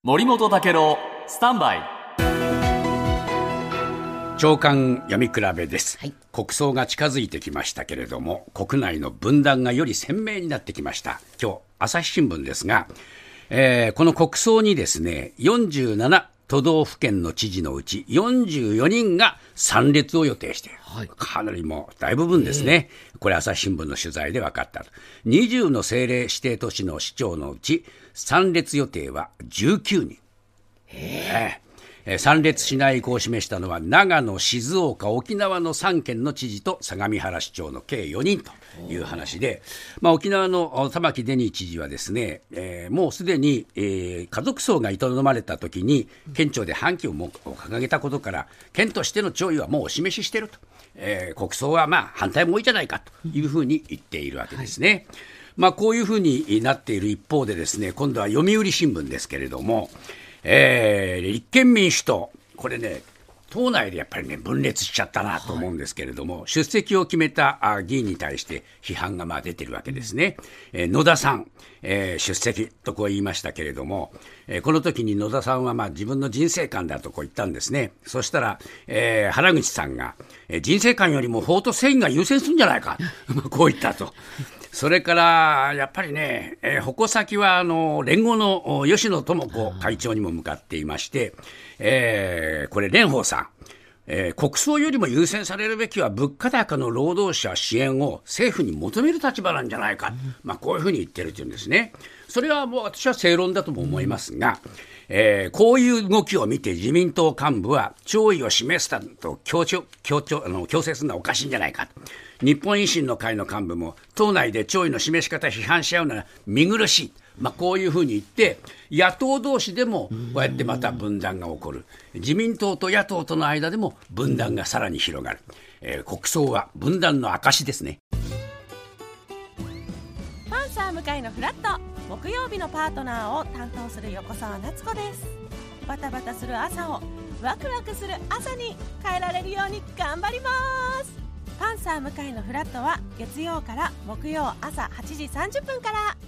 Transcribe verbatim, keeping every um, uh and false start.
森本武郎スタンバイ長官読み比べです、 はい、 国葬が近づいてきましたけれども、国内の分断がより鮮明になってきました。今日朝日新聞ですが、えー、この国葬にですね、よんじゅうなな都道府県の知事のうちよんじゅうよにんが参列を予定している、はい、かなりもう大部分ですね、えー、これ朝日新聞の取材で分かったと。にじゅうの政令指定都市の市長のうち参列予定はじゅうきゅうにん、えーえー、参列しない意向を示したのは長野、静岡、沖縄のさんけんの知事と相模原市長の計よにんという話で、まあ、沖縄の玉城デニー知事はですね、えー、もうすでに、えー、家族葬が営まれたときに県庁で反旗を掲げたことから県としての弔意はもうお示ししていると、えー、国葬はまあ反対も多いじゃないかというふうに言っているわけですね、はい。まあ、こういうふうになっている一方でですね、今度は読売新聞ですけれども、えー、立憲民主党、これね、党内でやっぱりね分裂しちゃったなと思うんですけれども、はい、出席を決めた議員に対して批判がまあ出てるわけですね、うんえー、野田さん、えー、出席とこう言いましたけれども、えー、この時に野田さんはまあ自分の人生観だとこう言ったんですね。そしたら、えー、原口さんが、えー、人生観よりも法と正義が優先するんじゃないかこう言ったと。それからやっぱりね、えー、矛先はあの連合の吉野智子会長にも向かっていまして、えー、これ蓮舫さん、えー、国葬よりも優先されるべきは物価高の労働者支援を政府に求める立場なんじゃないか、うんまあ、こういうふうに言ってるというんですね。それはもう私は正論だとも思いますが、えー、こういう動きを見て自民党幹部は弔意を示したと強調、強調、あの強制するのはおかしいんじゃないかと。日本維新の会の幹部も党内で弔意の示し方批判し合うなら見苦しい、まあ、こういうふうに言って野党同士でもこうやってまた分断が起こる。自民党と野党との間でも分断がさらに広がる、えー、国葬は分断の証ですね。 パンサー向井のフラット、木曜日のパートナーを担当する横澤夏子です。バタバタする朝をワクワクする朝に変えられるように頑張ります。パンサー向井のフラットは月曜から木曜朝はちじさんじゅっぷんから。